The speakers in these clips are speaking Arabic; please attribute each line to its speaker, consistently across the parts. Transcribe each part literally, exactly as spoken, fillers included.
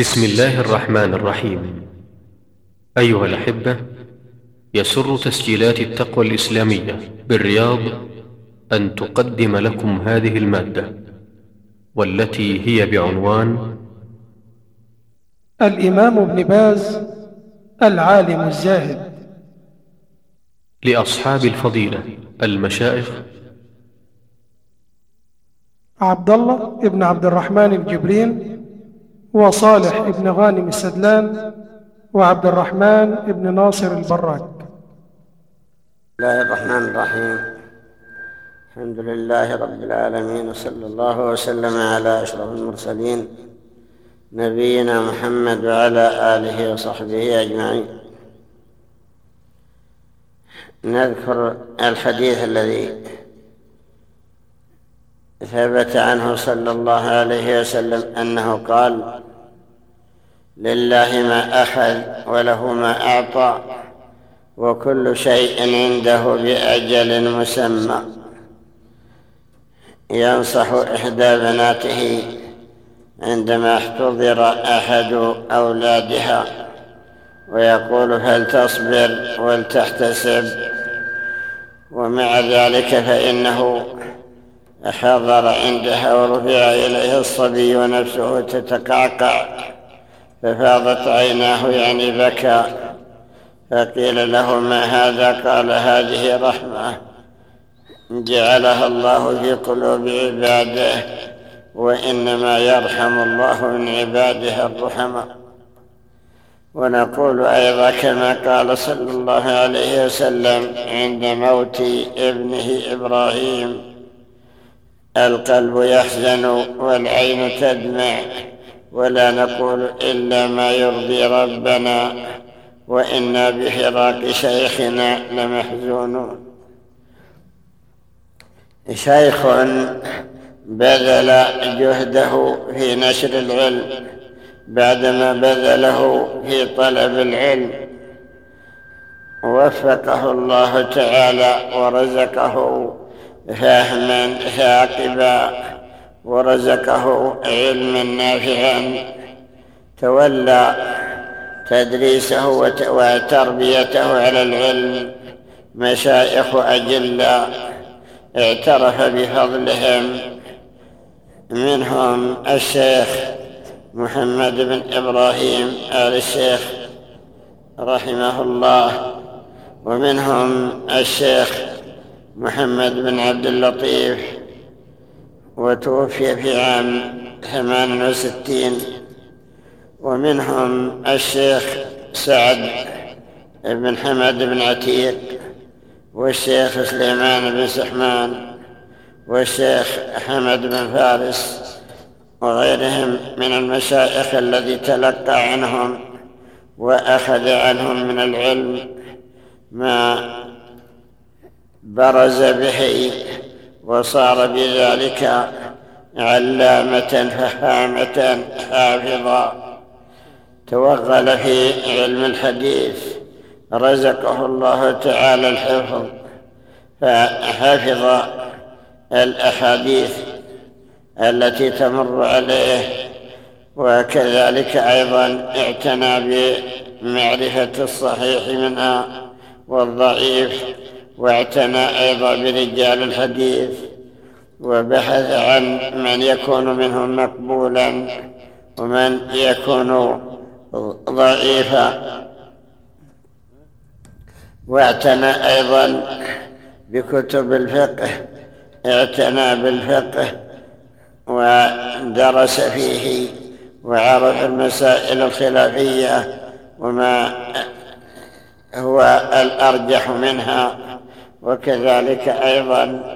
Speaker 1: بسم الله الرحمن الرحيم. أيها الأحبة، يسر تسجيلات التقوى الإسلامية بالرياض أن تقدم لكم هذه المادة، والتي هي بعنوان
Speaker 2: الإمام ابن باز العالم الزاهد،
Speaker 1: لأصحاب الفضيلة المشايخ
Speaker 2: عبد الله ابن عبد الرحمن الجبرين، وصالح ابن غانم السدلان، وعبد الرحمن ابن ناصر البراك.
Speaker 3: بسم الله الرحمن الرحيم. الحمد لله رب العالمين، وصلى الله وسلم على أشرف المرسلين نبينا محمد وعلى آله وصحبه أجمعين. نذكر الحديث الذي ثبت عنه صلى الله عليه وسلم أنه قال: لله ما أخذ وله ما أعطى، وكل شيء عنده بأجل مسمى. ينصح إحدى بناته عندما احتضر أحد أولادها ويقول: هل تصبر ولتحتسب؟ ومع ذلك فإنه حضر عندها ورفع إليه الصبي ونفسه تتقعقع، ففاضت عيناه يعني بكى، فقيل له: ما هذا؟ قال: هذه رحمة جعلها الله في قلوب عباده، وإنما يرحم الله من عباده الرحماء. ونقول أيضا كما قال صلى الله عليه وسلم عند موت ابنه إبراهيم: القلب يحزن والعين تدمع، ولا نقول إلا ما يرضي ربنا، وإنا بفراق شيخنا لمحزونون. شيخ بذل جهده في نشر العلم بعدما بذله في طلب العلم، وفقه الله تعالى ورزقه فهما ثاقبا، ورزقه علما نافعا، تولى تدريسه وتربيته على العلم مشايخ أجلاء اعترف بفضلهم، منهم الشيخ محمد بن إبراهيم آل الشيخ رحمه الله، ومنهم الشيخ محمد بن عبد اللطيف، وتوفي في عام ثمان وستين، ومنهم الشيخ سعد بن حمد بن عتيق، والشيخ سليمان بن سحمان، والشيخ حمد بن فارس، وغيرهم من المشايخ الذي تلقى عنهم وأخذ عنهم من العلم ما برز به، وصار بذلك علامة فهامة حافظا. توغل في علم الحديث، رزقه الله تعالى الحفظ، فحفظ الأحاديث التي تمر عليه، وكذلك أيضا اعتنى بمعرفة الصحيح منها والضعيف، واعتنى أيضا برجال الحديث، وبحث عن من يكون منهم مقبولا ومن يكون ضعيفا، واعتنى أيضا بكتب الفقه، اعتنى بالفقه ودرس فيه، وعرف المسائل الخلافية وما هو الأرجح منها، وكذلك أيضا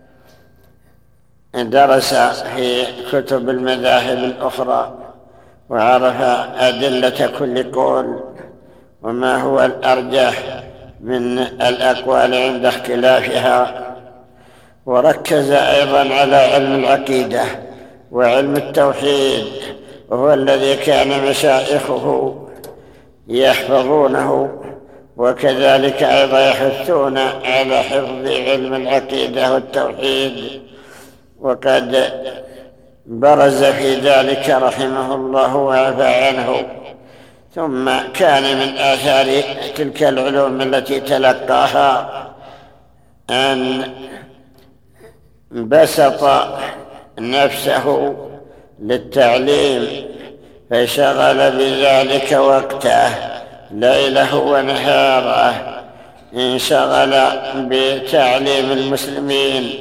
Speaker 3: درس في كتب المذاهب الأخرى، وعرف أدلة كل قول وما هو الأرجح من الأقوال عند اختلافها. وركز أيضا على علم العقيدة وعلم التوحيد، وهو الذي كان مشايخه يحفظونه، وكذلك أيضا يحثون على حفظ علم العقيدة والتوحيد. وقد برز في ذلك رحمه الله وعفى عنه. ثم كان من آثار تلك العلوم التي تلقاها أن بسط نفسه للتعليم، فشغل بذلك وقته ليله ونهاره، انشغل بتعليم المسلمين،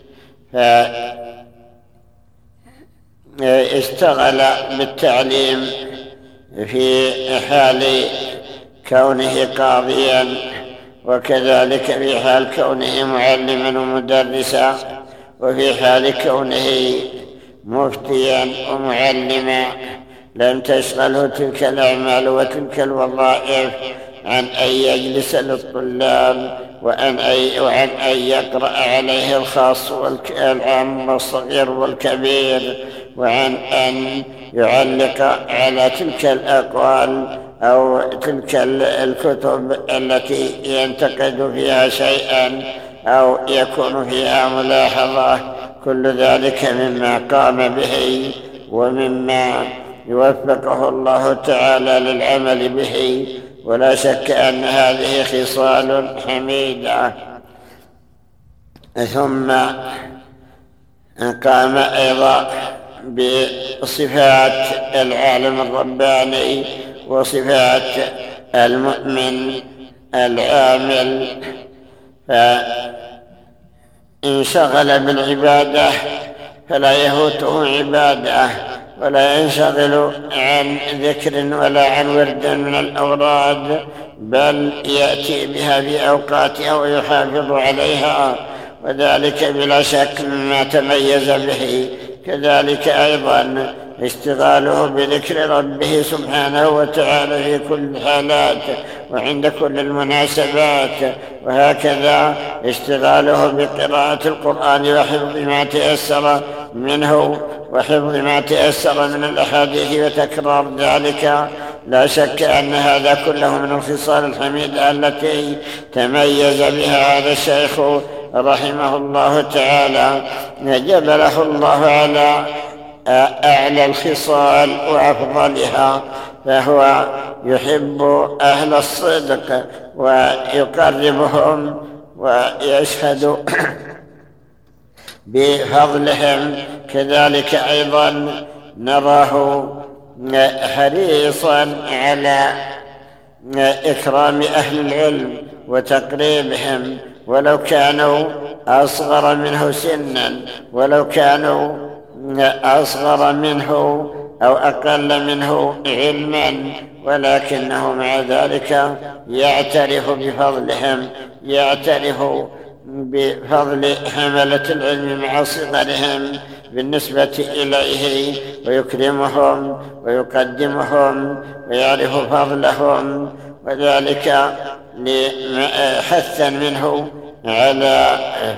Speaker 3: فاشتغل بالتعليم في حال كونه قاضيا، وكذلك في حال كونه معلما ومدرسا، وفي حال كونه مفتيا ومعلما. لم تشغله تلك الأعمال وتلك الوظائف عن أن يجلس للطلاب وعن أن يقرأ عليه الخاص والعام والصغير والكبير، وعن أن يعلق على تلك الأقوال أو تلك الكتب التي ينتقد فيها شيئا أو يكون فيها ملاحظة. كل ذلك مما قام به ومما يوفقه الله تعالى للعمل به، ولا شك أن هذه خصال حميدة. ثم قام أيضا بصفات العالم الرباني وصفات المؤمن العامل، فانشغل بالعبادة فلا يفوته عبادة، ولا ينشغل عن ذكر ولا عن ورد من الأوراد، بل يأتي بها في أوقاتها ويحافظ عليها، وذلك بلا شك مما تميز به. كذلك أيضا اشتغاله بذكر ربه سبحانه وتعالى في كل الحالات وعند كل المناسبات، وهكذا اشتغاله بقراءة القرآن وحفظ ما تيسر منه وحفظ ما تيسر من الأحاديث وتكرار ذلك. لا شك أن هذا كله من الخصال الحميدة التي تميز بها هذا الشيخ رحمه الله تعالى، جبله الله على أعلى الخصال وأفضلها، فهو يحب أهل الصدق ويقربهم ويشهد بفضلهم. كذلك أيضا نراه حريصا على إكرام أهل العلم وتقريبهم، ولو كانوا أصغر منه سنا، ولو كانوا أصغر منه أو أقل منه علما، ولكنه مع ذلك يعترف بفضلهم، يعترف بفضل حملة العلم مع صغرهم بالنسبة إليه، ويكرمهم ويقدمهم ويعرف فضلهم، وذلك حثا منه على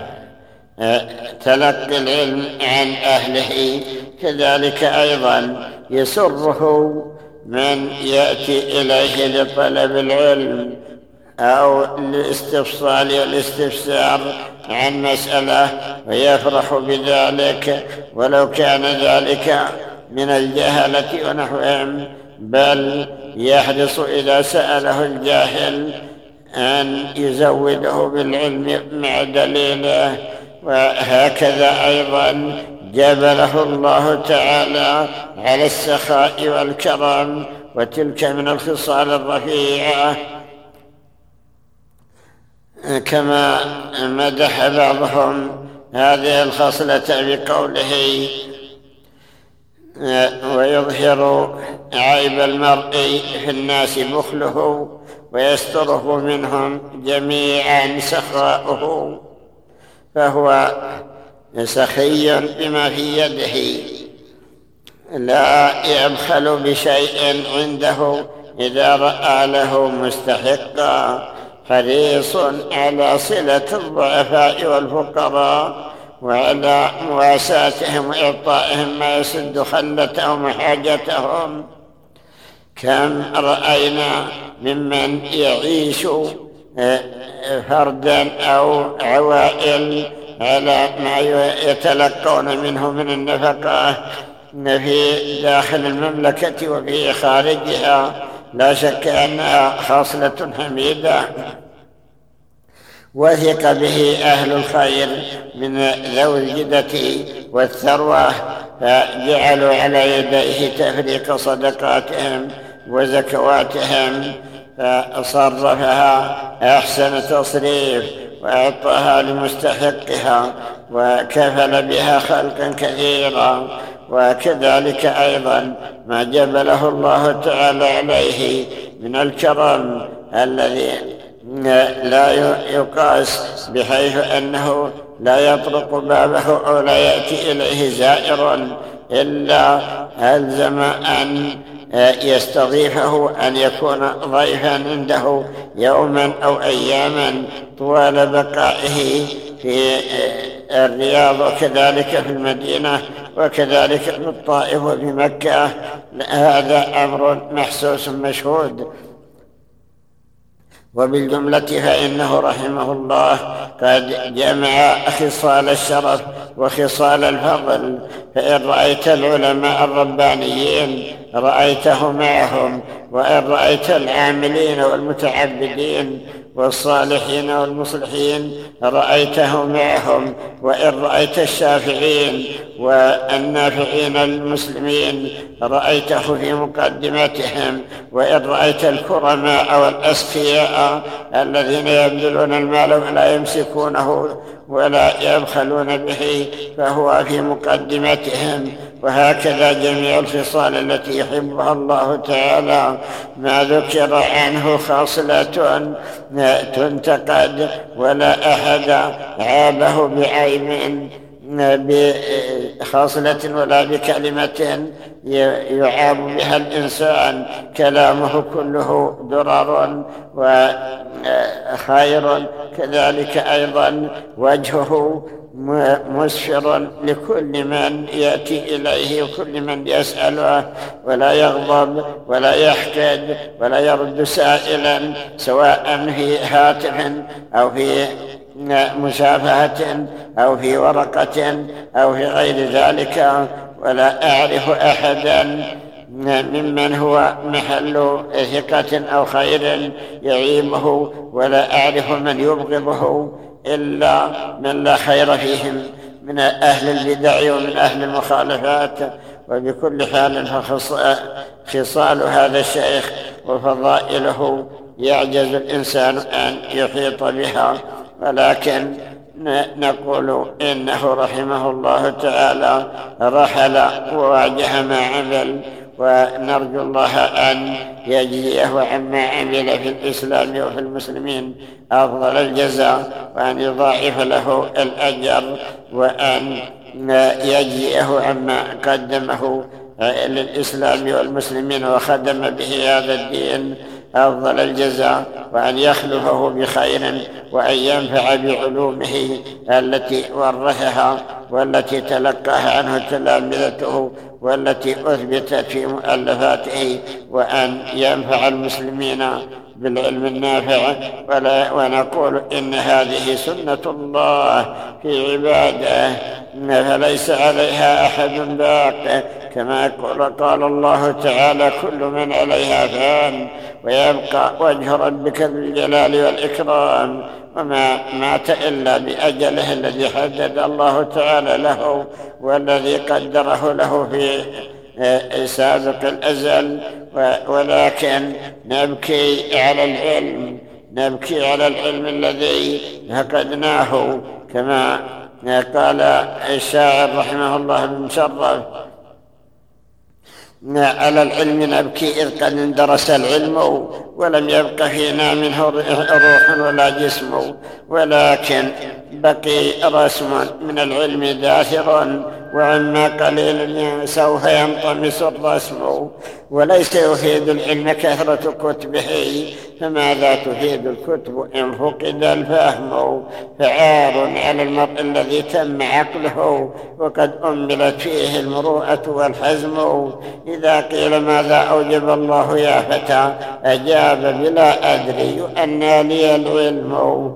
Speaker 3: تلقي العلم عن أهله. كذلك أيضا يسره من يأتي إليه لطلب العلم أو الاستفصال والاستفسار عن مسألة، ويفرح بذلك ولو كان ذلك من الجهلة ونحوهم، بل يحرص إذا سأله الجاهل أن يزوده بالعلم مع دليله. وهكذا أيضا جبله الله تعالى على السخاء والكرم، وتلك من الخصال الرفيعة، كما مدح بعضهم هذه الخصلة بقوله: ويظهر عيب المرء في الناس بخله، ويستره منهم جميعا سخاؤه. فهو سخي بما في يده، لا يبخل بشيء عنده إذا رأى له مستحقا، حريص على صلة الضعفاء والفقراء وعلى مواساتهم وإعطائهم ما يسد خلتهم وحاجتهم. كم رأينا ممن يعيش فردا أو عوائل على ما يتلقون منه من النفقة، في داخل المملكة وفي خارجها، لا شك أنها خاصلة حميدة وثق به أهل الخير من ذوي الجدة والثروة، فجعلوا على يديه تفريق صدقاتهم وزكواتهم، فصرفها أحسن تصريف وأعطاها لمستحقها وكفل بها خلقا كثيرا. وكذلك أيضا ما جبله الله تعالى عليه من الكرم الذي لا يقاس، بحيث أنه لا يطرق بابه أو لا يأتي إليه زائر إلا ألزم أن يستضيفه، أن يكون ضيفا عنده يوما أو أياما طوال بقائه في الرياض وكذلك في المدينة وكذلك في الطائف وفي مكة. هذا أمر محسوس مشهود. وبالجملة فإنه رحمه الله قد جمع خصال الشرف وخصال الفضل، فإن رأيت العلماء الربانيين رأيته معهم، وإن رأيت العاملين والمتعبدين والصالحين والمصلحين رأيته معهم، وإن رأيت الشافعين والنافعين للمسلمين رأيته في مقدمتهم، وإن رأيت الكرماء والأسخياء الذين يبذلون المال ولا يمسكونه ولا يبخلون به فهو في مقدمتهم. وهكذا جميع الخصال التي يحبها الله تعالى ما ذكر عنه خاصلة تنتقد، ولا أحد عابه بعيب بخاصلة ولا بكلمة يعاب بها الإنسان. كلامه كله درر وخير، كذلك أيضا وجهه مسفر لكل من يأتي إليه وكل من يسأله، ولا يغضب ولا يحقد ولا يرد سائلا، سواء في هاتف أو في مشافهة أو في ورقة أو في غير ذلك. ولا أعرف أحدا ممن هو محل ثقة أو خير يعيبه، ولا أعرف من يبغضه إلا من لا خير فيهم من أهل البدع ومن أهل المخالفات. وبكل حال فخصال هذا الشيخ وفضائله يعجز الإنسان أن يحيط بها، ولكن نقول إنه رحمه الله تعالى رحل وواجه ما عمل، ونرجو الله أن يجزيه عما عمل في الإسلام وفي المسلمين أفضل الجزاء، وأن يضاعف له الأجر، وأن يجزيه عما قدمه للإسلام والمسلمين وخدم به هذا الدين أفضل الجزاء، وأن يخلفه بخير، وأن ينفع بعلومه التي ورثها والتي تلقاها عنه تلامذته والتي أثبتت في مؤلفاته، وأن ينفع المسلمين بالعلم النافع. ولا ونقول إن هذه سنة الله في عباده فليس عليها أحد باق، كما قال الله تعالى كل من عليها فان ويبقى وجه ربك ذو الجلال والإكرام، وما مات إلا بأجله الذي حدد الله تعالى له والذي قدره له في سابق الأزل. ولكن نبكي على العلم نبكي على العلم الذي فقدناه، كما قال الشاعر رحمه الله بن مشرف: على العلم نبكي إذ قد اندرس العلم ولم يبق فينا منه روح ولا جسم، ولكن بقي رسم من العلم داثر، وعما قليل سوف ينطمس الرسم. وليس يفيد العلم كثرة كتبه، فماذا تفيد الكتب إن فقد الفهم؟ فعار على المرء الذي تم عقله وقد أملت فيه المروءة والحزم. إذا قيل ماذا أوجب الله يا فتى؟ أجاب بلا أدري أنى لي العلم.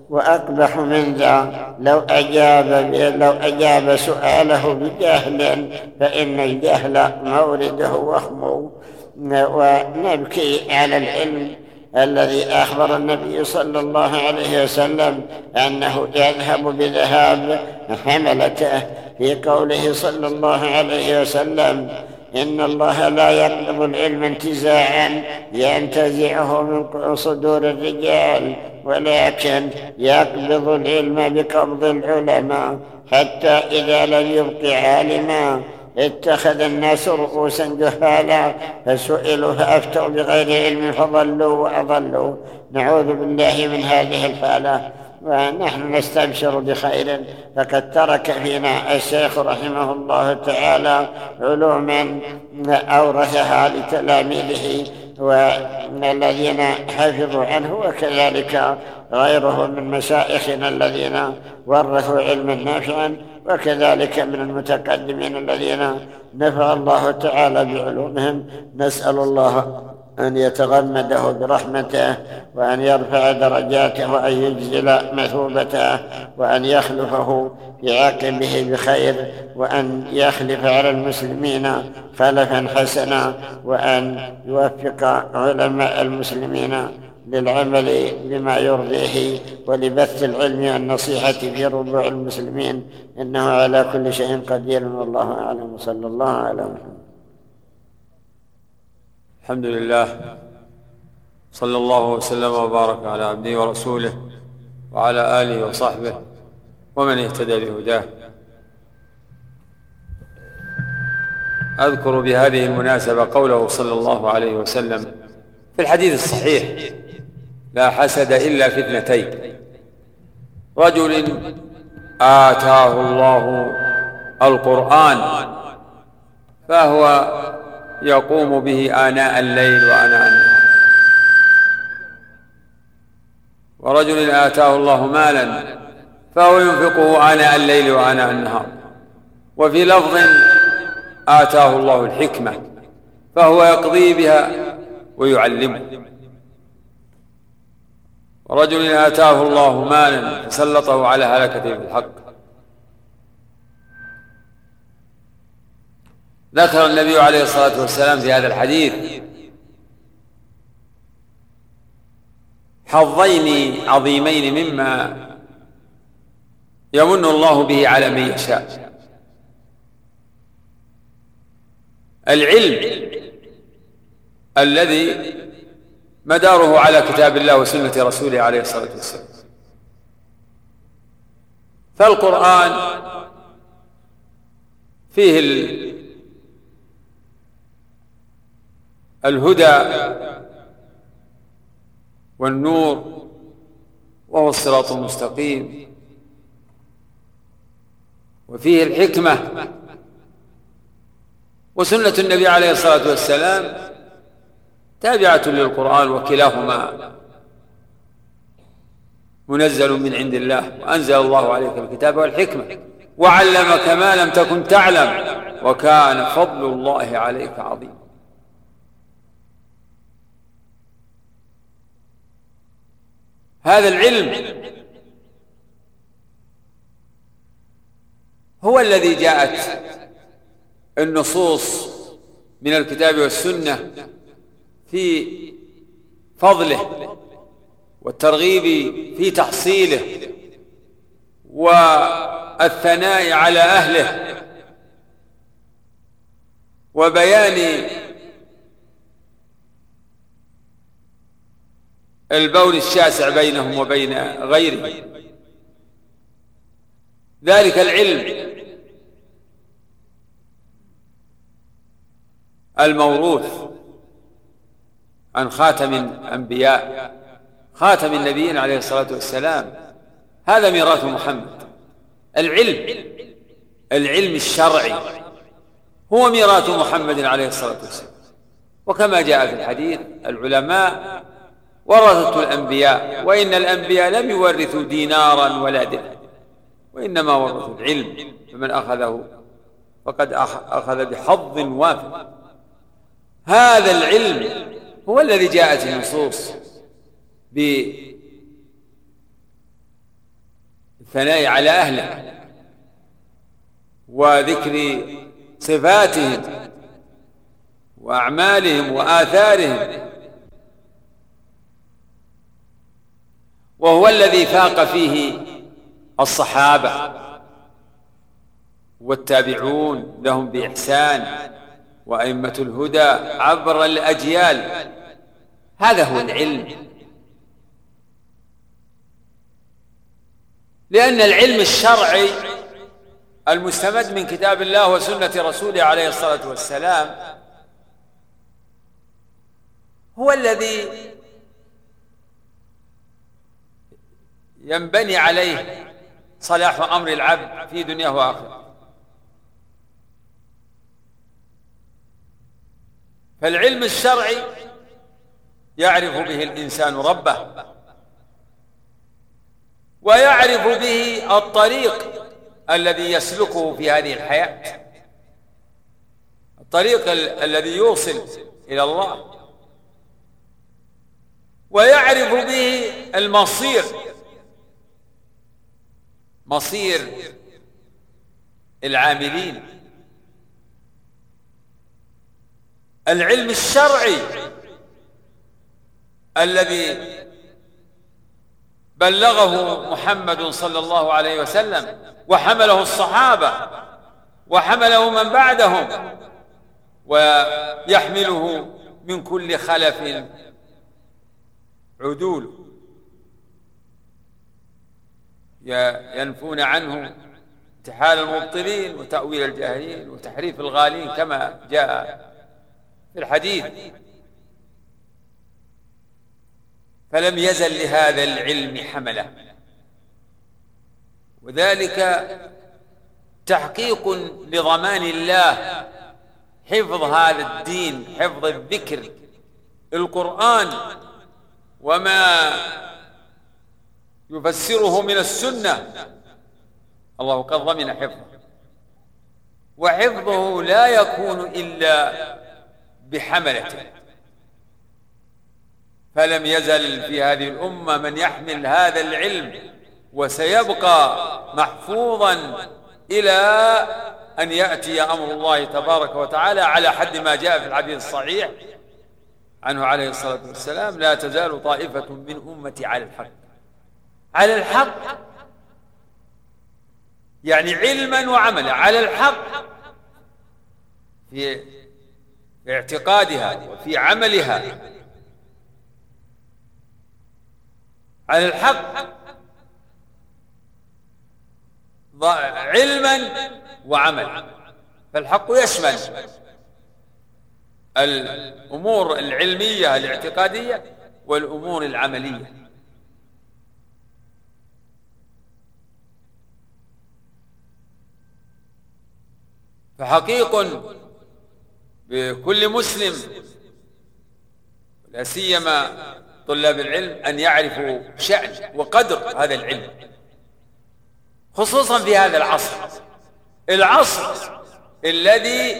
Speaker 3: وأقبح من ذا لو أجاب, لو أجاب سؤاله بجهل فإن الجهل مورده وخمه. ونبكي على العلم الذي أخبر النبي صلى الله عليه وسلم أنه يذهب بذهاب حملته في قوله صلى الله عليه وسلم: إن الله لا يقبض العلم انتزاعا ينتزعه من صدور الرجال، ولكن يقبض العلم بقبض العلماء، حتى إذا لم يبق عالما اتخذ الناس رؤوسا جهالا فسئلوا فأفتوا بغير علم فضلوا وأضلوا. نعوذ بالله من هذه الحالة، ونحن نستبشر بخير، فقد ترك فينا الشيخ رحمه الله تعالى علوما أورثها لتلاميذه والذين حفظوا عنه، وكذلك غيره من مشايخنا الذين ورثوا علما نافعا، وكذلك من المتقدمين الذين نفع الله تعالى بعلومهم. نسأل الله أن يتغمده برحمته، وأن يرفع درجاته، وأن يجزل مثوبته، وأن يخلفه في عقبه بخير، وأن يخلف على المسلمين خلفا حسنا، وأن يوفق علماء المسلمين للعمل بما يرضيه ولبث العلم والنصيحة في ربوع المسلمين، إنه على كل شيء قدير، والله أعلم. صلى الله على محمد.
Speaker 4: الحمد لله، صلى الله وسلم وبارك على عبده ورسوله وعلى آله وصحبه ومن اهتدى بهداه. أذكر بهذه المناسبة قوله صلى الله عليه وسلم في الحديث الصحيح: لا حسد إلا في اثنتين: رجل آتاه الله القرآن فهو يقوم به آناء الليل وآناء النهار، ورجل آتاه الله مالا فهو ينفقه آناء الليل وآناء النهار. وفي لفظ: آتاه الله الحكمة فهو يقضي بها ويعلمه. ورجل آتاه الله مالا فسلطه على هلكته بالحق. ذكر النبي عليه الصلاة والسلام في هذا الحديث حظين عظيمين مما يمن الله به على من يشاء: العلم الذي مداره على كتاب الله وسنة رسوله عليه الصلاة والسلام. فالقرآن فيه الهدى والنور وهو الصراط المستقيم، وفيه الحكمة وسنة النبي عليه الصلاة والسلام تابعة للقرآن، وكلاهما منزل من عند الله. وأنزل الله عليك الكتاب والحكمة وعلمك ما لم تكن تعلم وكان فضل الله عليك عظيما. هذا العلم هو الذي جاءت النصوص من الكتاب والسنة في فضله والترغيب في تحصيله والثناء على أهله وبيان البون الشاسع بينهم وبين غيرهم. ذلك العلم الموروث عن خاتم الأنبياء خاتم النبيين عليه الصلاة والسلام، هذا ميراث محمد. العلم العلم الشرعي هو ميراث محمد عليه الصلاة والسلام. وكما جاء في الحديث: العلماء ورثة الأنبياء، وإن الأنبياء لم يورثوا دينارا ولا درهم، وإنما ورثوا العلم، فمن أخذه فقد أخذ بحظ وافر. هذا العلم هو الذي جاءت النصوص الثناء على أهله وذكر صفاتهم وأعمالهم وآثارهم، وهو الذي فاق فيه الصحابة والتابعون لهم بإحسان وأئمة الهدى عبر الأجيال. هذا هو العلم، لأن العلم الشرعي المستمد من كتاب الله وسنة رسوله عليه الصلاة والسلام هو الذي ينبني عليه صلاح أمر العبد في دنياه وآخرته. فالعلم الشرعي يعرف به الإنسان ربه، ويعرف به الطريق الذي يسلكه في هذه الحياة، الطريق الذي يوصل إلى الله، ويعرف به المصير، مصير العاملين. العلم الشرعي الذي بلغه محمد صلى الله عليه وسلم وحمله الصحابة وحمله من بعدهم، ويحمله من كل خلف عدول ينفون عنه انتحال المبطلين وتأويل الجاهلين وتحريف الغالين كما جاء في الحديث. فلم يزل لهذا العلم حمله، وذلك تحقيق لضمان الله حفظ هذا الدين، حفظ الذكر القرآن وما يفسره من السنة، الله قد ضمن حفظه، وحفظه لا يكون إلا بحملته. فلم يزل في هذه الأمة من يحمل هذا العلم، وسيبقى محفوظا إلى أن يأتي أمر الله تبارك وتعالى، على حد ما جاء في الحديث الصحيح عنه عليه الصلاة والسلام: لا تزال طائفة من أمتي على الحق. على الحق يعني علما وعملا، على الحق في اعتقادها وفي عملها، على الحق علما وعملا. فالحق يشمل الأمور العلمية الاعتقادية والأمور العملية. فحقيق بكل مسلم لا سيما طلاب العلم أن يعرفوا شأن وقدر هذا العلم، خصوصا في هذا العصر، العصر الذي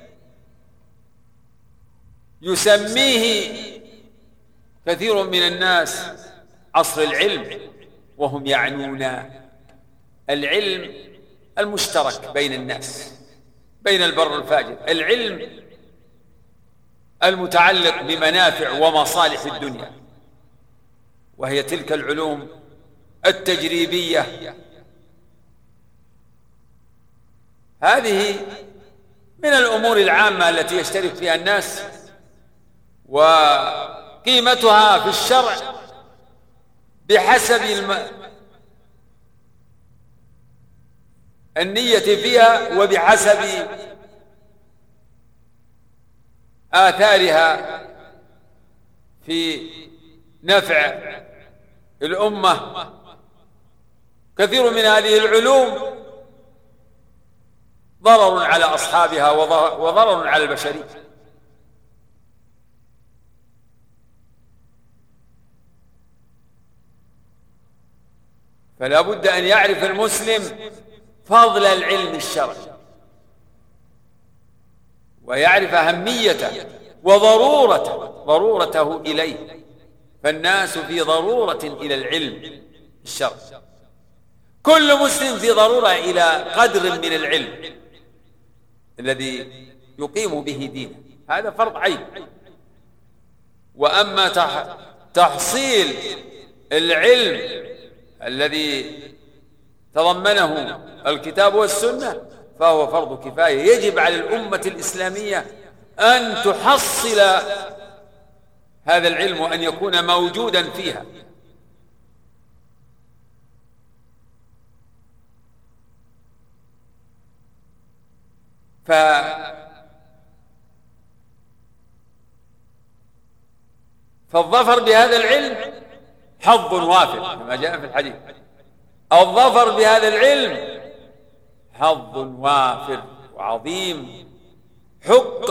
Speaker 4: يسميه كثير من الناس عصر العلم، وهم يعنون العلم المشترك بين الناس، بين البر والفاجر، العلم المتعلق بمنافع ومصالح الدنيا، وهي تلك العلوم التجريبية. هذه من الأمور العامة التي يشترك فيها الناس، وقيمتها في الشرع بحسب الم... النية فيها وبحسب آثارها في نفع الأمة. كثير من هذه العلوم ضرر على أصحابها وضرر على البشرية. فلا بد أن يعرف المسلم فضل العلم الشرعي، ويعرف أهميته وضرورته ضرورته إليه. فالناس في ضرورة إلى العلم الشرعي، كل مسلم في ضرورة إلى قدر من العلم الذي يقيم به دينه، هذا فرض عين. وأما تحصيل العلم الذي تضمنه الكتاب والسنة فهو فرض كفاية، يجب على الأمة الإسلامية أن تحصل هذا العلم وأن يكون موجودا فيها. ف فالظفر بهذا العلم حظ وافر كما جاء في الحديث. الظفر بهذا العلم حظ وافر وعظيم، حق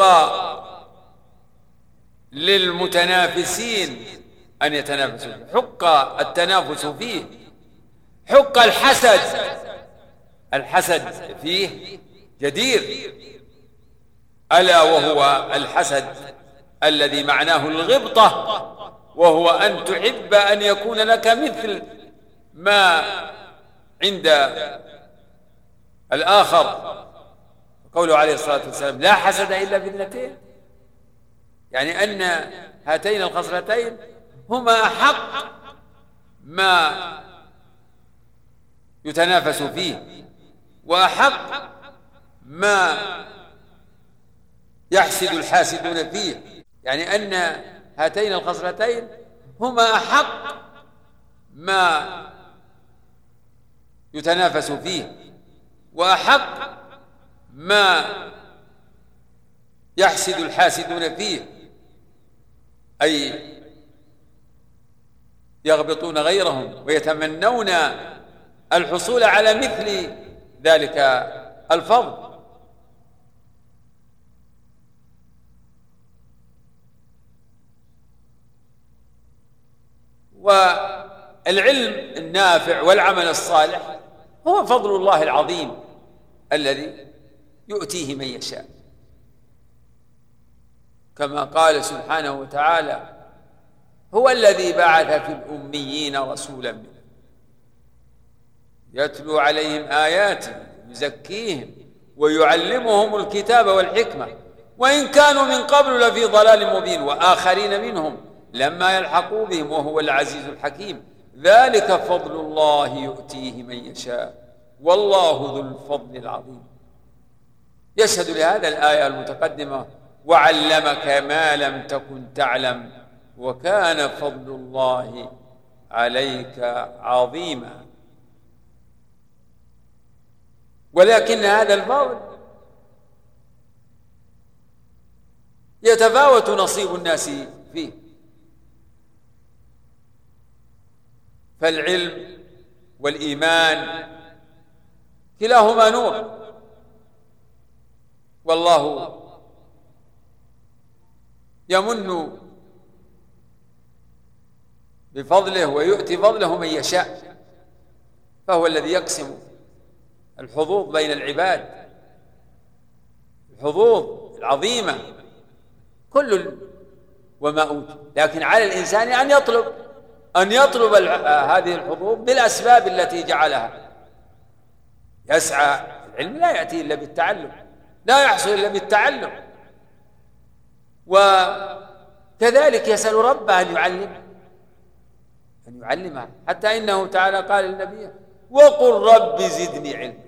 Speaker 4: للمتنافسين أن يتنافسوا فيه، حق التنافس فيه، حق الحسد الحسد فيه جدير، ألا وهو الحسد الذي معناه الغبطة، وهو أن تحب أن يكون لك مثل ما عند الآخر. قوله عليه الصلاة والسلام لا حسد إلا في اثنتين، يعني أن هاتين الخصلتين هما أحق ما يتنافس فيه وأحق ما يحسد الحاسدون فيه، يعني أن هاتين الخصلتين هما أحق ما يتنافس فيه وأحق ما يحسد الحاسدون فيه، أي يغبطون غيرهم ويتمنون الحصول على مثل ذلك الفضل. والعلم النافع والعمل الصالح هو فضل الله العظيم الذي يؤتيه من يشاء، كما قال سبحانه وتعالى هو الذي بعث في الأميين رسولا منهم يتلو عليهم آياته يزكيهم ويعلمهم الكتاب والحكمة وإن كانوا من قبل لفي ضلال مبين وآخرين منهم لما يلحقوا بهم وهو العزيز الحكيم ذلك فضل الله يؤتيه من يشاء والله ذو الفضل العظيم. يشهد لهذا الآية المتقدمة وعلمك ما لم تكن تعلم وكان فضل الله عليك عظيما. ولكن هذا الفضل يتفاوت نصيب الناس فيه، فالعلم والإيمان كلاهما نور، والله يمن بفضله ويؤتي فضله من يشاء، فهو الذي يقسم الحظوظ بين العباد، الحظوظ العظيمة كل وما أوتي، لكن على الإنسان أن يطلب أن يطلب هذه الحظوظ بالأسباب التي جعلها. يسعى، العلم لا يأتي إلا بالتعلم، لا يحصل إلا بالتعلم، وكذلك يسأل ربه أن يعلمه أن يعلمه حتى إنه تعالى قال للنبي وقل رب زدني علما،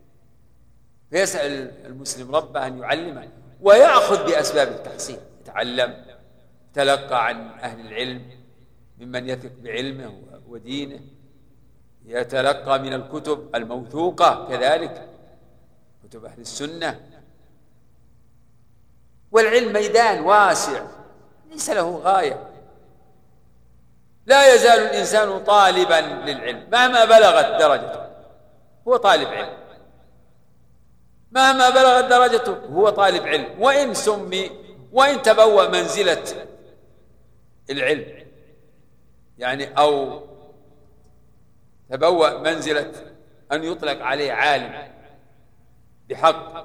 Speaker 4: فيسأل المسلم ربه أن يعلمه ويأخذ بأسباب التحصيل، يتعلم، يتلقى عن أهل العلم ممن يثق بعلمه ودينه، يتلقى من الكتب الموثوقة كذلك كتب أهل السنة. والعلم ميدان واسع ليس له غاية، لا يزال الإنسان طالبا للعلم مهما بلغت درجته، هو طالب علم، مهما بلغت درجته هو طالب علم، وإن سمي وإن تبوأ منزلة العلم يعني أو تبوأ منزلة أن يطلق عليه عالم بحق.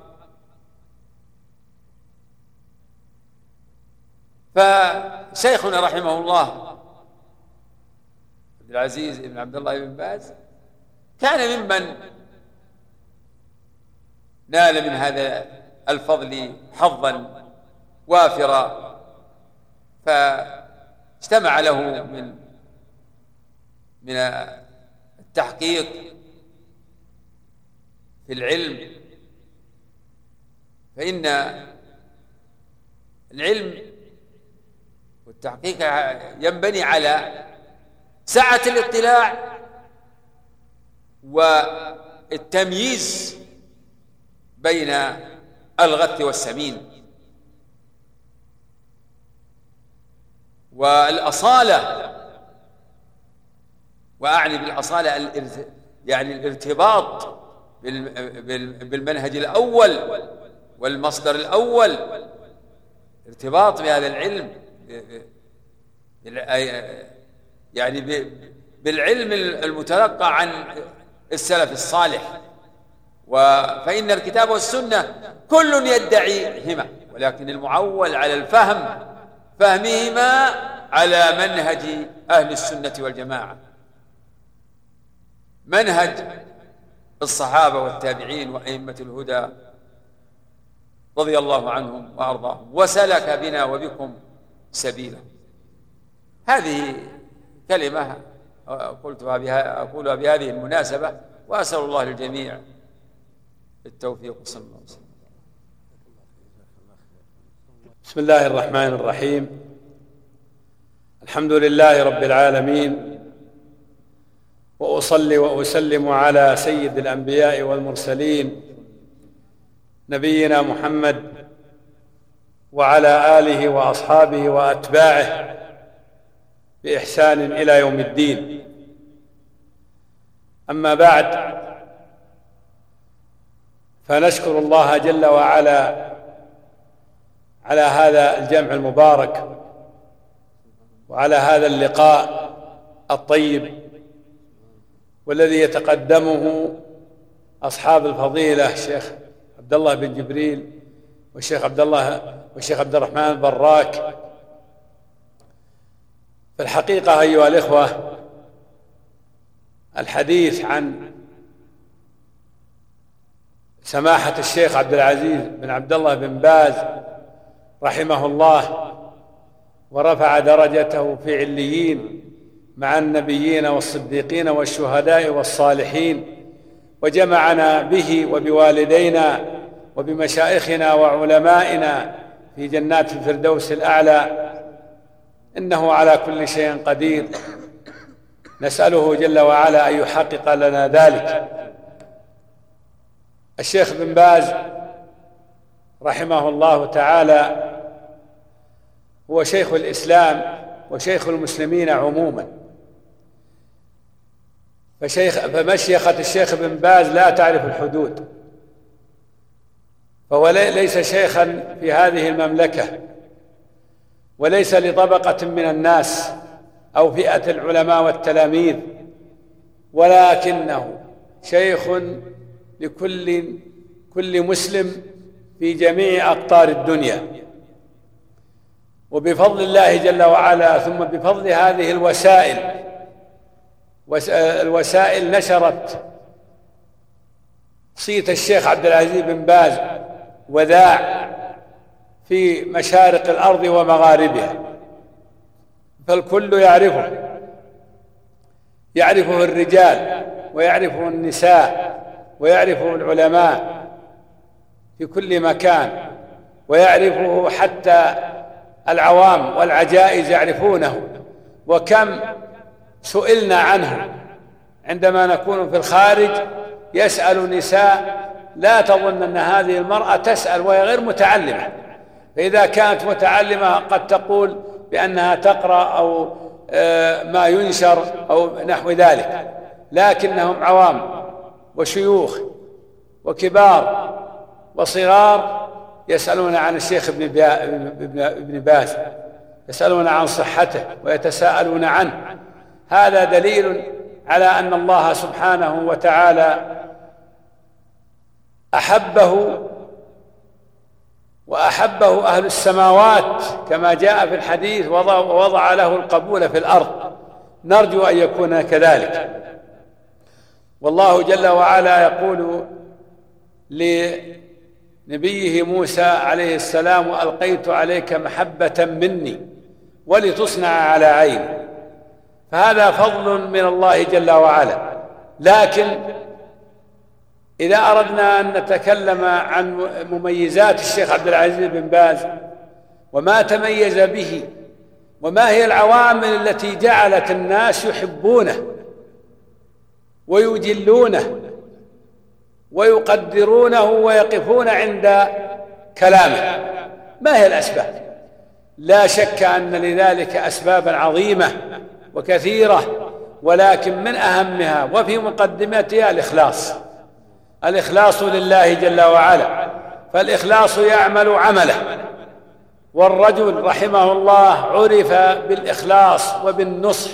Speaker 4: فشيخنا رحمه الله عبد العزيز بن عبد الله بن باز كان ممن نال من هذا الفضل حظا وافرا، فاجتمع له من من التحقيق في العلم، فإن العلم والتحقيق ينبني على سعة الاطلاع والتمييز بين الغث والسمين، والأصالة، وأعني بالأصالة يعني الارتباط بالمنهج الأول والمصدر الأول، ارتباط بهذا العلم يعني بالعلم المتلقى عن السلف الصالح. فإن الكتاب والسنة كل يدعيهما، ولكن المعول على الفهم فهمهما على منهج أهل السنة والجماعة، منهج الصحابة والتابعين وأئمة الهدى رضي الله عنهم وأرضاهم، وسلك بنا وبكم سبيلا. هذه كلمة قلتها بها أقولها بهذه المناسبة، وأسأل الله للجميع التوفيق. صلى الله عليه وسلم.
Speaker 5: بسم الله الرحمن الرحيم. الحمد لله رب العالمين، وأصلي وأسلم على سيد الأنبياء والمرسلين نبينا محمد وعلى آله وأصحابه وأتباعه بإحسان إلى يوم الدين. أما بعد، فنشكر الله جل وعلا على هذا الجمع المبارك وعلى هذا اللقاء الطيب، والذي يتقدمه أصحاب الفضيلة الشيخ عبد الله بن جبريل والشيخ عبد الله والشيخ عبد الرحمن البراك. في الحقيقة أيها الإخوة، الحديث عن سماحة الشيخ عبد العزيز بن عبد الله بن باز رحمه الله ورفع درجته في عليين مع النبيين والصديقين والشهداء والصالحين، وجمعنا به وبوالدينا وبمشايخنا وعلمائنا في جنات الفردوس الأعلى، إنه على كل شيء قدير. نسأله جل وعلا أن يحقق لنا ذلك. الشيخ بن باز رحمه الله تعالى هو شيخ الإسلام وشيخ المسلمين عموما، فشيخ فمشيخة الشيخ بن باز لا تعرف الحدود، فهو ليس شيخا في هذه المملكة، وليس لطبقة من الناس أو فئة العلماء والتلاميذ، ولكنه شيخ لكل كل مسلم في جميع أقطار الدنيا. وبفضل الله جل وعلا، ثم بفضل هذه الوسائل، الوسائل نشرت صيت الشيخ عبد العزيز بن باز وذاع في مشارق الأرض ومغاربها، فالكل يعرفه، يعرفه الرجال ويعرفه النساء ويعرفه العلماء في كل مكان، ويعرفه حتى العوام والعجائز يعرفونه. وكم سئلنا عنه عندما نكون في الخارج، يسأل نساء لا تظن أن هذه المرأة تسأل وهي غير متعلمة، فإذا كانت متعلمة قد تقول بأنها تقرأ أو ما ينشر أو نحو ذلك، لكنهم عوام وشيوخ وكبار وصغار يسألون عن الشيخ ابن باز، يسألون عن صحته ويتساءلون عنه. هذا دليل على أن الله سبحانه وتعالى أحبه وأحبه أهل السماوات كما جاء في الحديث، ووضع له القبول في الأرض، نرجو أن يكون كذلك. والله جل وعلا يقول لنبيه موسى عليه السلام: وألقيت عليك محبة مني ولتصنع على عيني. فهذا فضل من الله جل وعلا. لكن إذا أردنا أن نتكلم عن مميزات الشيخ عبد العزيز بن باز وما تميز به وما هي العوامل التي جعلت الناس يحبونه ويجلونه ويقدرونه ويقفون عند كلامه، ما هي الأسباب؟ لا شك أن لذلك أسبابا عظيمة وكثيرة، ولكن من أهمها وفي مقدمتها الإخلاص. الإخلاص لله جل وعلا، فالإخلاص يعمل عمله. والرجل رحمه الله عرف بالإخلاص وبالنصح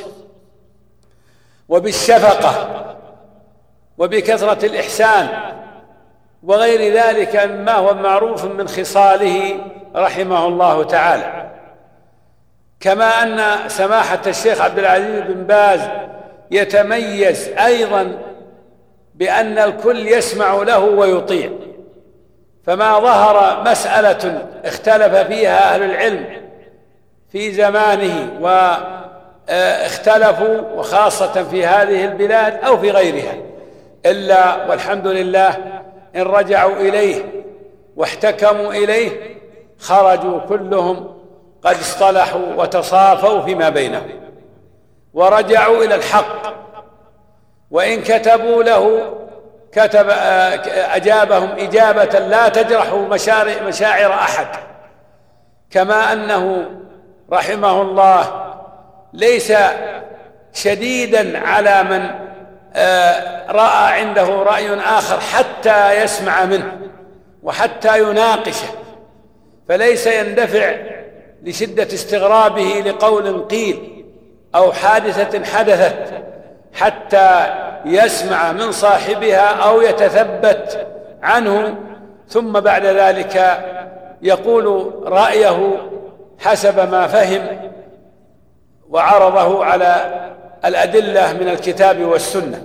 Speaker 5: وبالشفقة وبكثرة الإحسان وغير ذلك مما هو معروف من خصاله رحمه الله تعالى. كما أن سماحة الشيخ عبد العزيز بن باز يتميز أيضا بأن الكل يسمع له ويطيع، فما ظهر مسألة اختلف فيها أهل العلم في زمانه واختلفوا، وخاصة في هذه البلاد أو في غيرها، إلا والحمد لله إن رجعوا إليه واحتكموا إليه خرجوا كلهم قد اصطلحوا وتصافوا فيما بينهم ورجعوا إلى الحق، وإن كتبوا له كتب أجابهم إجابة لا تجرح مشاعر أحد. كما أنه رحمه الله ليس شديدا على من رأى عنده رأي آخر حتى يسمع منه وحتى يناقشه، فليس يندفع لشدة استغرابه لقول قيل أو حادثة حدثت حتى يسمع من صاحبها أو يتثبت عنه، ثم بعد ذلك يقول رأيه حسب ما فهم وعرضه على الأدلة من الكتاب والسنة.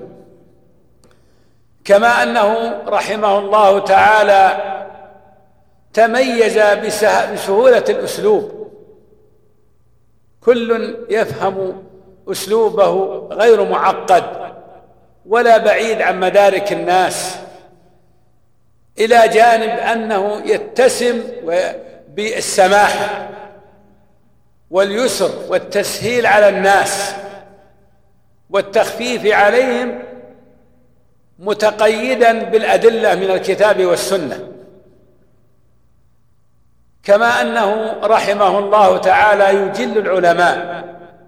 Speaker 5: كما أنه رحمه الله تعالى تميز بسهولة الأسلوب، كل يفهم أسلوبه غير معقد ولا بعيد عن مدارك الناس، إلى جانب أنه يتسم بالسماحة واليسر والتسهيل على الناس والتخفيف عليهم، متقيدا بالأدلة من الكتاب والسنة. كما أنه رحمه الله تعالى يجل العلماء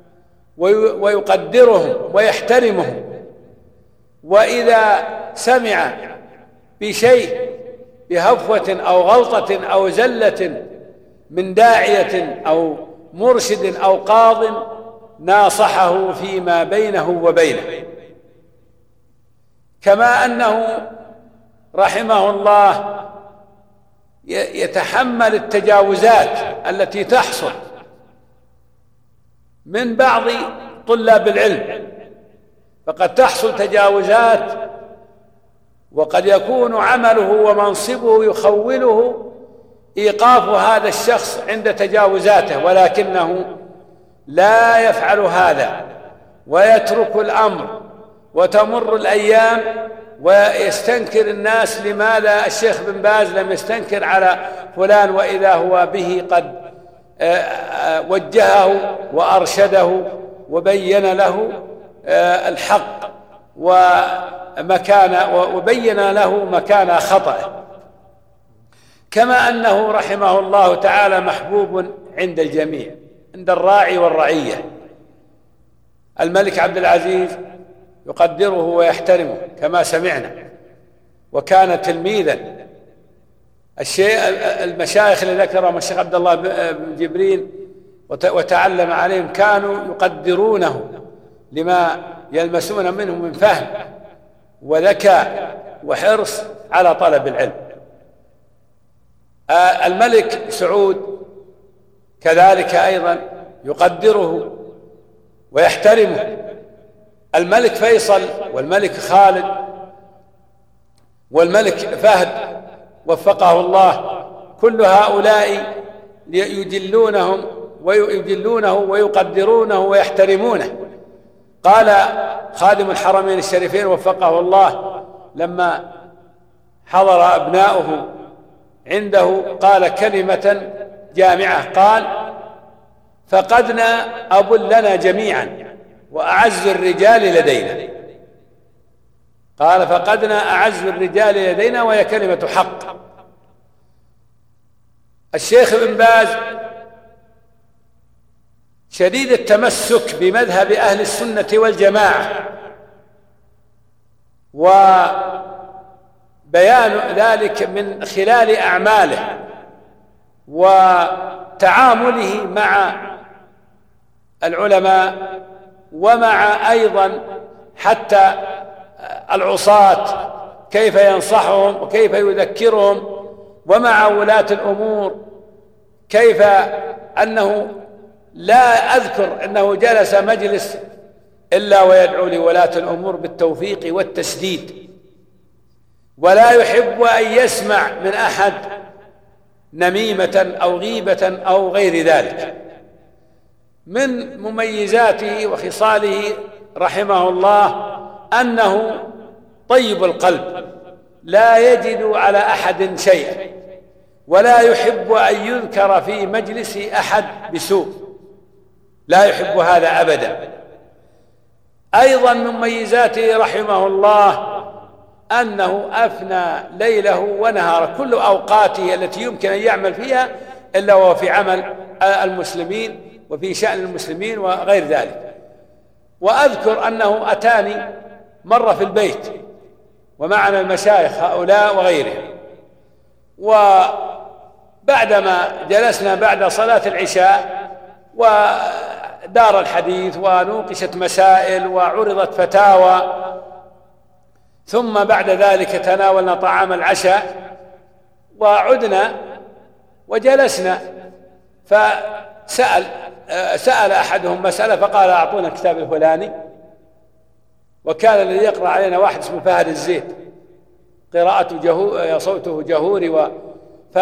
Speaker 5: ويقدرهم ويحترمهم، وإذا سمع بشيء بهفوة أو غلطة أو زلة من داعية أو مرشد أو قاض ناصحه فيما بينه وبينه. كما أنه رحمه الله يتحمل التجاوزات التي تحصل من بعض طلاب العلم، فقد تحصل تجاوزات وقد يكون عمله ومنصبه يخوله إيقاف هذا الشخص عند تجاوزاته، ولكنه لا يفعل هذا ويترك الأمر، وتمر الأيام ويستنكر الناس لماذا الشيخ بن باز لم يستنكر على فلان وإذا هو به قد وجهه وأرشده وبين له الحق ومكان وبين له مكان خطأه. كما أنه رحمه الله تعالى محبوب عند الجميع، عند الراعي والرعية. الملك عبد العزيز يقدره ويحترمه كما سمعنا، وكان تلميذا. الشيء المشايخ اللي ذكرهم الشيخ عبد الله بن جبرين وتعلم عليهم كانوا يقدرونه لما يلمسون منه من فهم وذكاء وحرص على طلب العلم. الملك سعود كذلك أيضا يقدره ويحترمه. الملك فيصل والملك خالد والملك فهد وفقه الله، كل هؤلاء يجلونهم ويجلونه ويقدرونه ويحترمونه. قال خادم الحرمين الشريفين وفقه الله لما حضر أبناؤه عنده قال كلمة جامعة، قال: فقدنا أب لنا جميعا وأعز الرجال لدينا. قال: فقدنا أعز الرجال لدينا، وهي كلمة حق. الشيخ ابن باز شديد التمسك بمذهب أهل السنة والجماعة، وبيان ذلك من خلال أعماله وتعامله مع العلماء، ومع أيضا حتى العصاة كيف ينصحهم وكيف يذكرهم، ومع ولاة الأمور كيف أنه لا أذكر أنه جلس مجلس إلا ويدعو لولاة الأمور بالتوفيق والتسديد، ولا يحب أن يسمع من أحد نميمة أو غيبة أو غير ذلك. من مميزاته وخصاله رحمه الله أنه طيب القلب، لا يجد على أحد شيئا، ولا يحب أن يذكر في مجلس أحد بسوء، لا يحب هذا أبدا. أيضا من مميزاته رحمه الله أنه أفنى ليله ونهاره، كل أوقاته التي يمكن أن يعمل فيها إلا وهو في عمل المسلمين وفي شأن المسلمين وغير ذلك. وأذكر أنه أتاني مرة في البيت ومعنا المشايخ هؤلاء وغيرهم، وبعدما جلسنا بعد صلاة العشاء ودار الحديث ونوقشت مسائل وعرضت فتاوى، ثم بعد ذلك تناولنا طعام العشاء وعدنا وجلسنا، فسأل سأل أحدهم مسألة فقال: أعطونا الكتاب الفلاني. وكان الذي يقرأ علينا واحد اسمه فهد الزيت، قراءته جهو صوته جهوري، و ف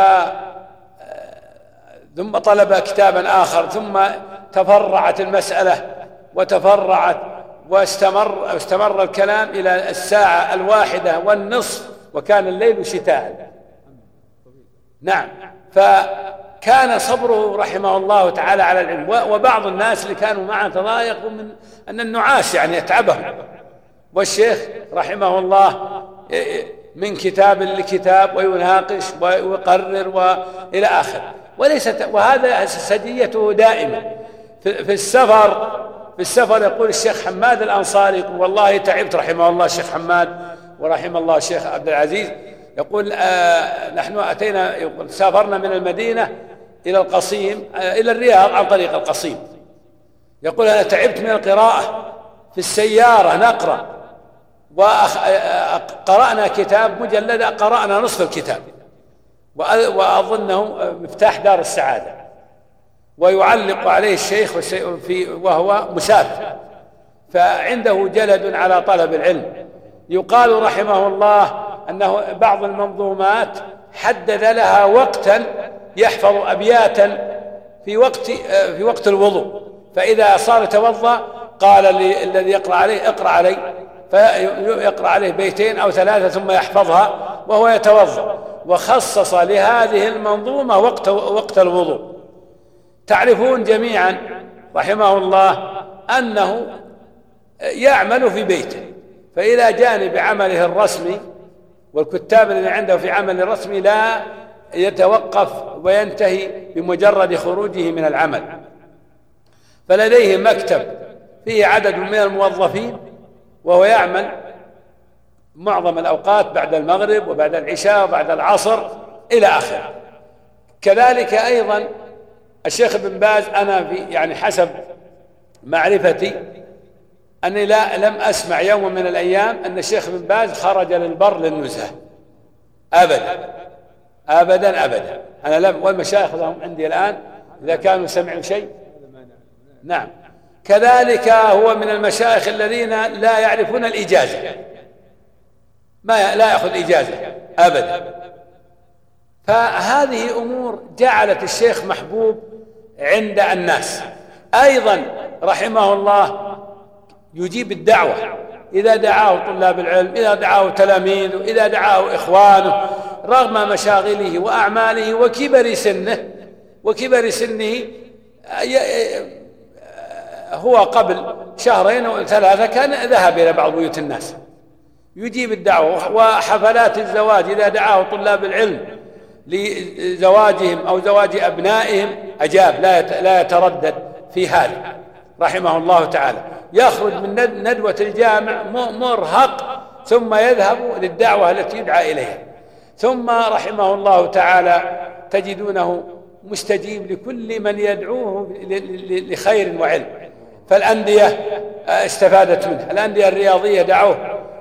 Speaker 5: ثم طلب كتابا آخر، ثم تفرعت المسألة وتفرعت واستمر استمر الكلام إلى الساعة الواحدة والنصف، وكان الليل شتاء. نعم، فكان صبره رحمه الله تعالى على العلم. وبعض الناس اللي كانوا معه تضايقوا من أن النعاس يعني يتعبهم، والشيخ رحمه الله من كتاب لكتاب ويناقش ويقرر وإلى آخره، وليست وهذا سجيته دائما. في السفر في السفر يقول الشيخ حماد الأنصاري، يقول: والله تعبت رحمه الله الشيخ حماد ورحمه الله الشيخ عبد العزيز، يقول: آه نحن أتينا يقول سافرنا من المدينة إلى القصيم آه إلى الرياض عن طريق القصيم، يقول: أنا تعبت من القراءة في السيارة نقرأ، وقرأنا كتاب مجلد، قرأنا نصف الكتاب، وأظنه مفتاح دار السعادة، ويعلق عليه الشيخ وهو مسافر، فعنده جلد على طلب العلم. يقال رحمه الله أنه بعض المنظومات حدد لها وقتا يحفظ أبياتا في وقت في وقت الوضوء، فإذا صار يتوضأ قال الذي يقرأ عليه: اقرأ علي، فيقرأ عليه بيتين أو ثلاثة ثم يحفظها وهو يتوضأ، وخصص لهذه المنظومة وقت وقت الوضوء. تعرفون جميعا رحمه الله أنه يعمل في بيته، فإلى جانب عمله الرسمي والكتاب الذي عنده في عمل الرسمي لا يتوقف وينتهي بمجرد خروجه من العمل، فلديه مكتب فيه عدد من الموظفين، وهو يعمل معظم الأوقات بعد المغرب وبعد العشاء وبعد العصر إلى آخره. كذلك أيضا الشيخ ابن باز، أنا في يعني حسب معرفتي أني لا لم أسمع يوم من الأيام أن الشيخ ابن باز خرج للبر للنزهة أبدا أبدا أبدا. أنا لم، والمشايخ لهم عندي الآن إذا كانوا سمعوا شيء. نعم، كذلك هو من المشايخ الذين لا يعرفون الإجازة، ما لا يأخذ إجازة أبدا. فهذه أمور جعلت الشيخ محبوب عند الناس. أيضا رحمه الله يجيب الدعوة إذا دعاه طلاب العلم، إذا دعاه تلاميذه، إذا دعاه إخوانه، رغم مشاغله وأعماله وكبر سنه وكبر سنه. هو قبل شهرين أو ثلاثة كان ذهب إلى بعض بيوت الناس يجيب الدعوة. وحفلات الزواج إذا دعاه طلاب العلم لزواجهم أو زواج أبنائهم أجاب، لا يتردد في هذا رحمه الله تعالى. يخرج من ندوة الجامع مرهق ثم يذهب للدعوة التي يدعى إليها. ثم رحمه الله تعالى تجدونه مستجيب لكل من يدعوه لخير وعلم. فالأندية استفادت منه، الأندية الرياضية دعوه،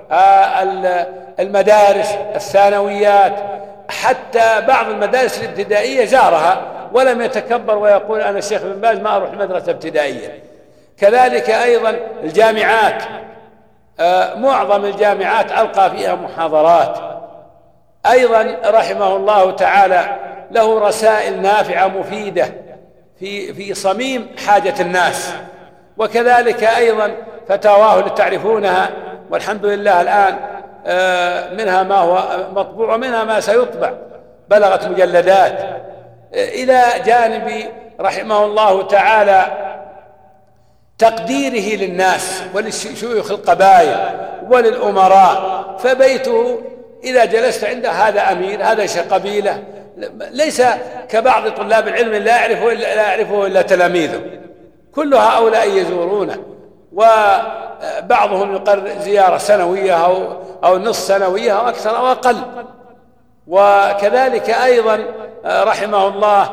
Speaker 5: المدارس الثانويات، حتى بعض المدارس الابتدائية زارها ولم يتكبر ويقول أنا الشيخ بن باز ما أروح مدرسة ابتدائية. كذلك أيضا الجامعات، معظم الجامعات ألقى فيها محاضرات. أيضا رحمه الله تعالى له رسائل نافعة مفيدة في في صميم حاجة الناس. وكذلك أيضا فتاواه لتعرفونها، والحمد لله الآن منها ما هو مطبوع ومنها ما سيطبع، بلغت مجلدات. إلى جانب رحمه الله تعالى تقديره للناس ولشيوخ القبائل وللأمراء. فبيته إذا جلست عنده هذا أمير، هذا شيخ قبيلة، ليس كبعض طلاب العلم لا يعرفه إلا, لا يعرفه إلا تلاميذه، كل هؤلاء يزورونه، وبعضهم يقرر زيارة سنوية أو, أو نصف سنوية أو أكثر أو أقل. وكذلك أيضا رحمه الله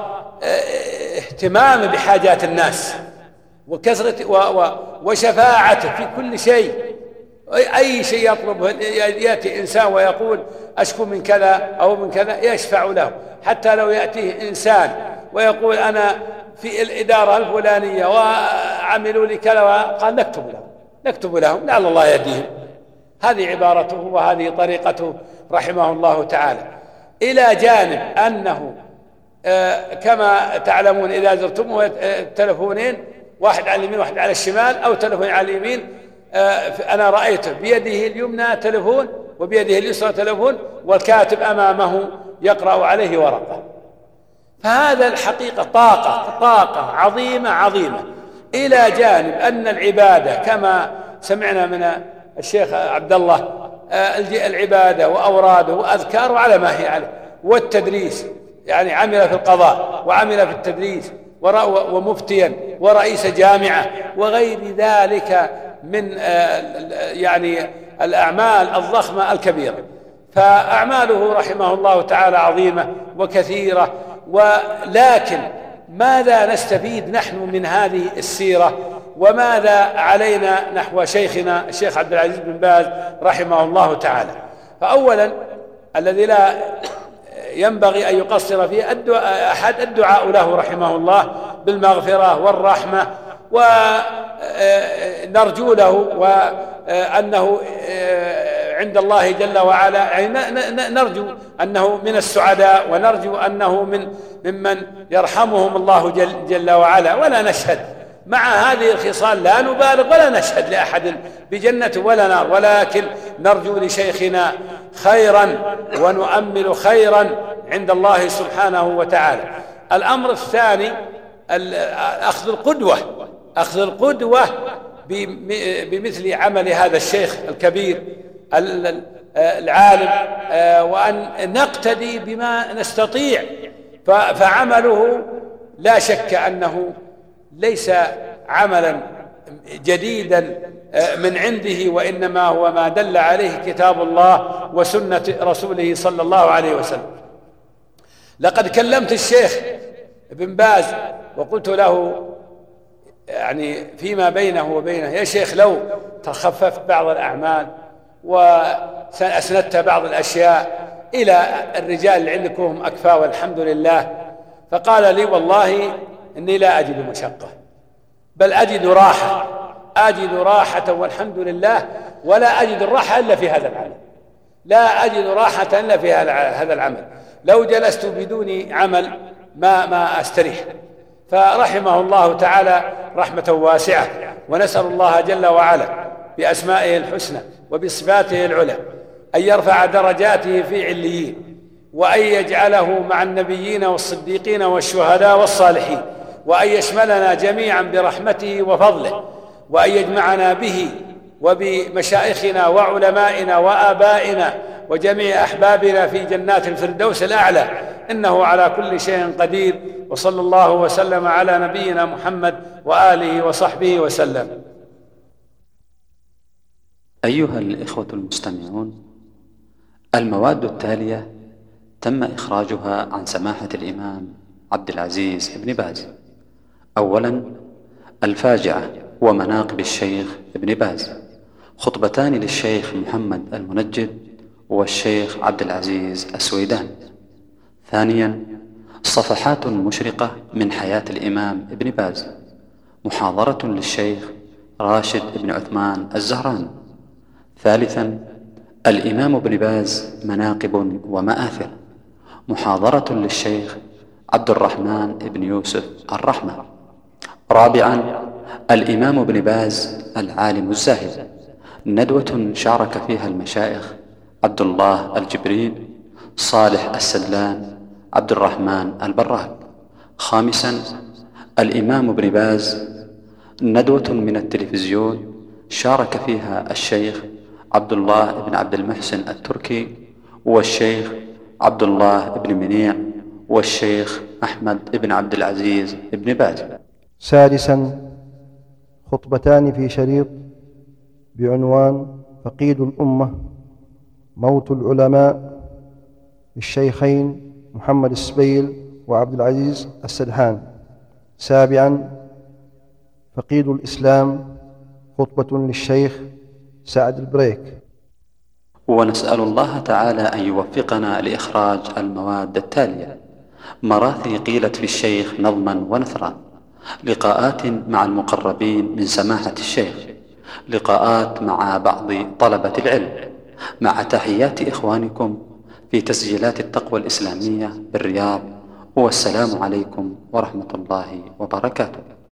Speaker 5: اهتمام بحاجات الناس وكثرة وشفاعته في كل شيء. أي شيء يطلبه يأتي إنسان ويقول أشكو من كذا أو من كذا يشفع له. حتى لو يأتيه إنسان ويقول أنا في الإدارة الفلانية وعملوا لي كذا، قال نكتب لهم نكتب لهم لعل الله يهديهم. هذه عبارته وهذه طريقته رحمه الله تعالى. إلى جانب أنه كما تعلمون إذا زرتموه تلفونين، واحد على اليمين واحد على الشمال، أو تلفون على اليمين أنا رأيته بيده اليمنى تلفون وبيده اليسرى تلفون، والكاتب أمامه يقرأ عليه ورقة. فهذا الحقيقة طاقة طاقة عظيمة عظيمة. إلى جانب أن العبادة كما سمعنا من الشيخ عبد الله، العبادة وأوراده وأذكاره على ما هي عليه، والتدريس يعني عمل في القضاء وعمل في التدريس ومفتيا ورئيس جامعة وغير ذلك من يعني الأعمال الضخمة الكبيرة. فأعماله رحمه الله تعالى عظيمة وكثيرة. ولكن ماذا نستفيد نحن من هذه السيرة، وماذا علينا نحو شيخنا الشيخ عبد العزيز بن باز رحمه الله تعالى؟ فأولا الذي لا ينبغي أن يقصر فيه الدعاء أحد الدعاء له رحمه الله بالمغفرة والرحمة، ونرجو له وأنه عند الله جل وعلا، يعني نرجو أنه من السعداء، ونرجو أنه من ممن يرحمهم الله جل, جل وعلا. ولا نشهد مع هذه الخصال، لا نبالغ ولا نشهد لأحد بجنة ولا نار، ولكن نرجو لشيخنا خيرا ونؤمل خيرا عند الله سبحانه وتعالى. الأمر الثاني أخذ القدوة أخذ القدوة بمثل عمل هذا الشيخ الكبير العالم، وأن نقتدي بما نستطيع. فعمله لا شك أنه ليس عملا جديدا من عنده، وإنما هو ما دل عليه كتاب الله وسنة رسوله صلى الله عليه وسلم. لقد كلمت الشيخ ابن باز وقلت له يعني فيما بينه وبينه: يا شيخ لو تخففت بعض الأعمال وأسندت بعض الأشياء إلى الرجال اللي عندكم أكفى والحمد لله. فقال لي: والله إني لا أجد مشقة، بل أجد راحة أجد راحة والحمد لله، ولا أجد الراحة إلا في هذا العالم. لا أجد راحة إلا في هذا العمل. لو جلست بدون عمل ما ما أستريح. فرحمه الله تعالى رحمة واسعة، ونسأل الله جل وعلا بأسمائه الحسنى وبصفاته العلى أن يرفع درجاته في عليين، وأن يجعله مع النبيين والصديقين والشهداء والصالحين، وأن يشملنا جميعا برحمته وفضله، وأن يجمعنا به وبمشايخنا وعلمائنا وآبائنا وجميع أحبابنا في جنات الفردوس الأعلى، إنه على كل شيء قدير. وصلى الله وسلم على نبينا محمد وآله وصحبه وسلم.
Speaker 6: أيها الإخوة المستمعون، المواد التالية تم إخراجها عن سماحة الإمام عبد العزيز بن باز. أولا، الفاجعة ومناقب الشيخ ابن باز، خطبتان للشيخ محمد المنجد والشيخ عبد العزيز السويدان. ثانيا، صفحات مشرقة من حياة الإمام ابن باز، محاضرة للشيخ راشد بن عثمان الزهران. ثالثا، الإمام ابن باز مناقب ومآثر، محاضرة للشيخ عبد الرحمن بن يوسف الرحمة. رابعا، الإمام ابن باز العالم الزاهد، ندوة شارك فيها المشايخ عبد الله الجبرين، صالح السدلان، عبد الرحمن البراك. خامسا، الإمام ابن باز ندوة من التلفزيون شارك فيها الشيخ عبد الله بن عبد المحسن التركي والشيخ عبد الله بن منيع والشيخ أحمد بن عبد العزيز بن باز.
Speaker 7: سادسا، خطبتان في شريط بعنوان فقيد الأمة موت العلماء للشيخين محمد السبيل وعبد العزيز السدحان. سابعا، فقيد الإسلام، خطبة للشيخ سعد البريك.
Speaker 6: ونسأل الله تعالى أن يوفقنا لإخراج المواد التالية: مراثي قيلت في الشيخ نظما ونثرا، لقاءات مع المقربين من سماحة الشيخ، لقاءات مع بعض طلبة العلم، مع تحيات إخوانكم في تسجيلات التقوى الإسلامية بالرياض، والسلام عليكم ورحمة الله وبركاته.